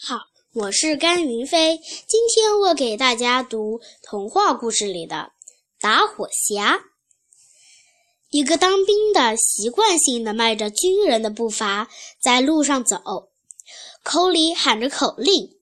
好，我是甘云飞，今天我给大家读童话故事里的打火匣。一个当兵的习惯性地迈着军人的步伐在路上走，口里喊着口令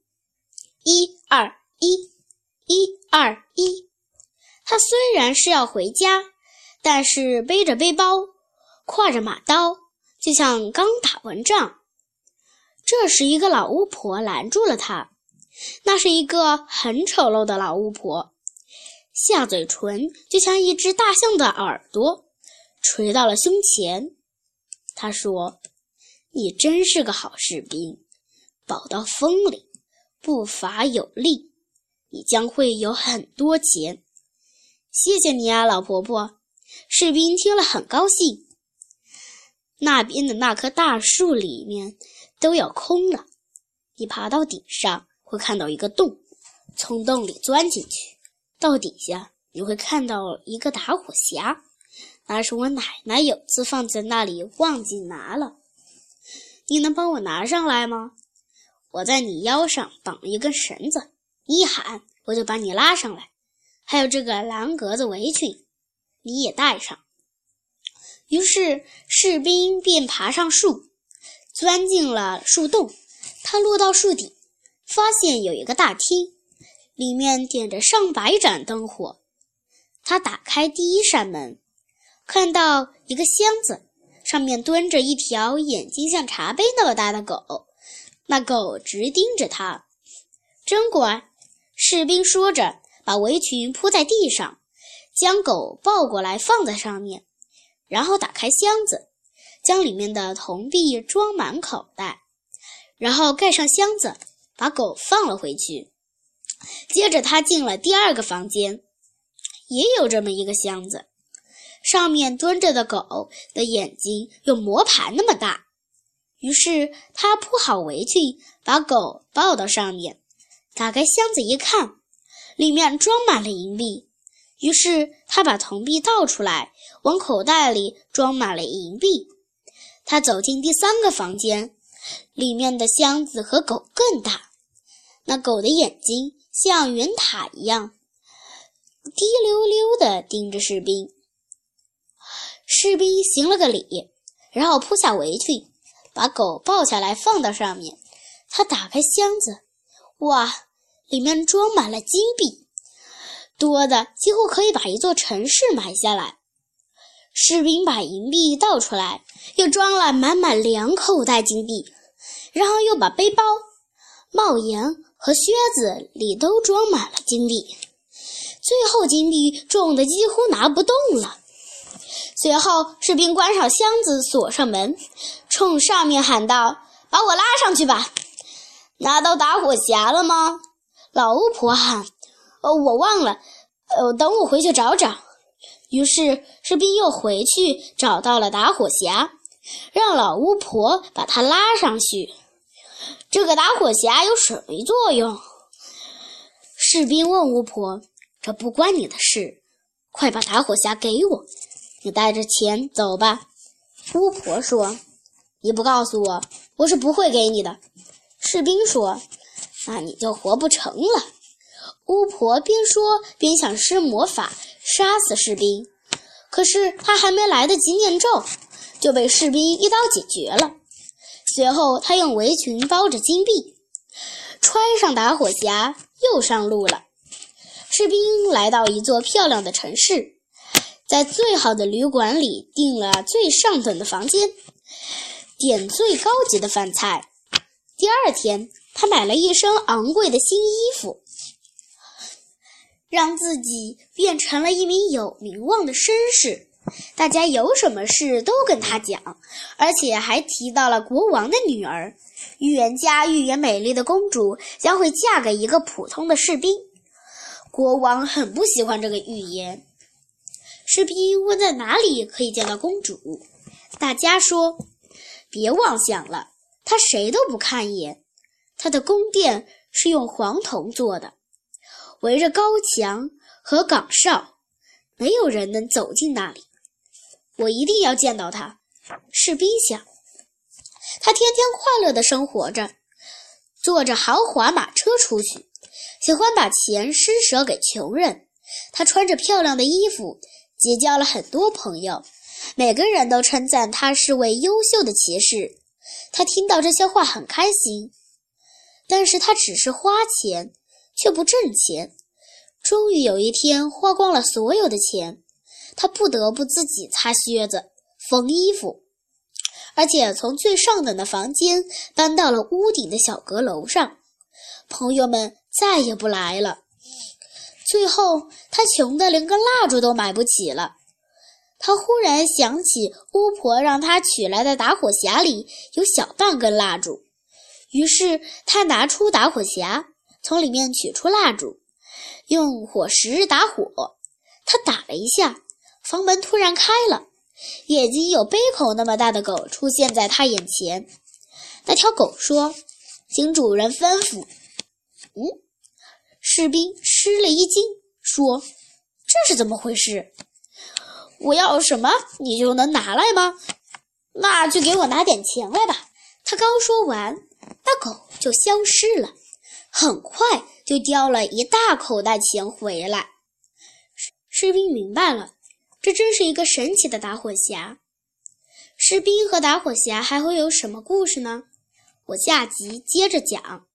：1、2、1，1、2、1。他虽然是要回家，但是背着背包，挎着马刀，就像刚打完仗。这时一个老巫婆拦住了他，那是一个很丑陋的老巫婆，下嘴唇就像一只大象的耳朵，垂到了胸前。她说：“你真是个好士兵，宝刀锋利，步伐有力，你将会有很多钱。谢谢你啊，老婆婆。”士兵听了很高兴。那边的那棵大树里面都要空了，你爬到顶上会看到一个洞，从洞里钻进去，到底下你会看到一个打火匣，那是我奶奶有次放在那里忘记拿了。你能帮我拿上来吗？我在你腰上绑了一根绳子，你一喊我就把你拉上来。还有这个蓝格子围裙，你也带上。于是士兵便爬上树，钻进了树洞。他落到树底，发现有一个大厅，里面点着上百盏灯火。他打开第一扇门，看到一个箱子，上面蹲着一条眼睛像茶杯那么大的狗，那狗直盯着他。真乖，士兵说着，把围裙铺在地上，将狗抱过来放在上面，然后打开箱子，将里面的铜币装满口袋，然后盖上箱子，把狗放了回去。接着他进了第二个房间，也有这么一个箱子，上面蹲着的狗的眼睛有磨盘那么大。于是他铺好围裙，把狗抱到上面，打开箱子一看，里面装满了银币。于是他把铜币倒出来，往口袋里装满了银币。他走进第三个房间，里面的箱子和狗更大，那狗的眼睛像圆塔一样，滴溜溜地盯着士兵。士兵行了个礼，然后铺下围裙，把狗抱下来放到上面。他打开箱子，哇，里面装满了金币，多的几乎可以把一座城市买下来。士兵把银币倒出来，又装了满满2口袋金币，然后又把背包、帽檐和靴子里都装满了金币，最后金币重的几乎拿不动了。随后士兵关上箱子，锁上门，冲上面喊道：“把我拉上去吧！”拿到打火匣了吗？老巫婆喊。我忘了，等我回去找找。于是士兵又回去找到了打火匣，让老巫婆把它拉上去。这个打火匣有什么作用？士兵问巫婆。这不关你的事，快把打火匣给我，你带着钱走吧。巫婆说。你不告诉我，我是不会给你的。士兵说。那你就活不成了。巫婆边说边想施魔法杀死士兵，可是她还没来得及念咒，就被士兵一刀解决了。随后她用围裙包着金币，揣上打火匣，又上路了。士兵来到一座漂亮的城市，在最好的旅馆里订了最上等的房间，点最高级的饭菜。第二天他买了一身昂贵的新衣服，让自己变成了一名有名望的绅士，大家有什么事都跟他讲，而且还提到了国王的女儿。预言家预言美丽的公主将会嫁给一个普通的士兵。国王很不喜欢这个预言。士兵问在哪里可以见到公主，大家说别妄想了，她谁都不看一眼。她的宫殿是用黄铜做的，围着高墙和岗哨，没有人能走进那里。我一定要见到他，士兵想。他天天快乐地生活着， 坐着豪华马车出去，喜欢把钱施舍给穷人。他穿着漂亮的衣服，结交了很多朋友，每个人都称赞他是位优秀的骑士。他听到这些话很开心，但是他只是花钱，却不挣钱。终于有一天花光了所有的钱，他不得不自己擦靴子、缝衣服，而且从最上等的房间搬到了屋顶的小阁楼上。朋友们再也不来了。最后他穷得连根蜡烛都买不起了。他忽然想起巫婆让他取来的打火匣里有小半根蜡烛，于是他拿出打火匣，从里面取出蜡烛，用火石打火。他打了一下，房门突然开了，眼睛有杯口那么大的狗出现在他眼前。那条狗说：“请主人吩咐。”士兵吃了一惊，说：“这是怎么回事？我要什么你就能拿来吗？那就给我拿点钱来吧。”他刚说完，那狗就消失了，很快就叼了一大口袋钱回来。士兵明白了，这真是一个神奇的打火匣。士兵和打火匣还会有什么故事呢？我下集接着讲。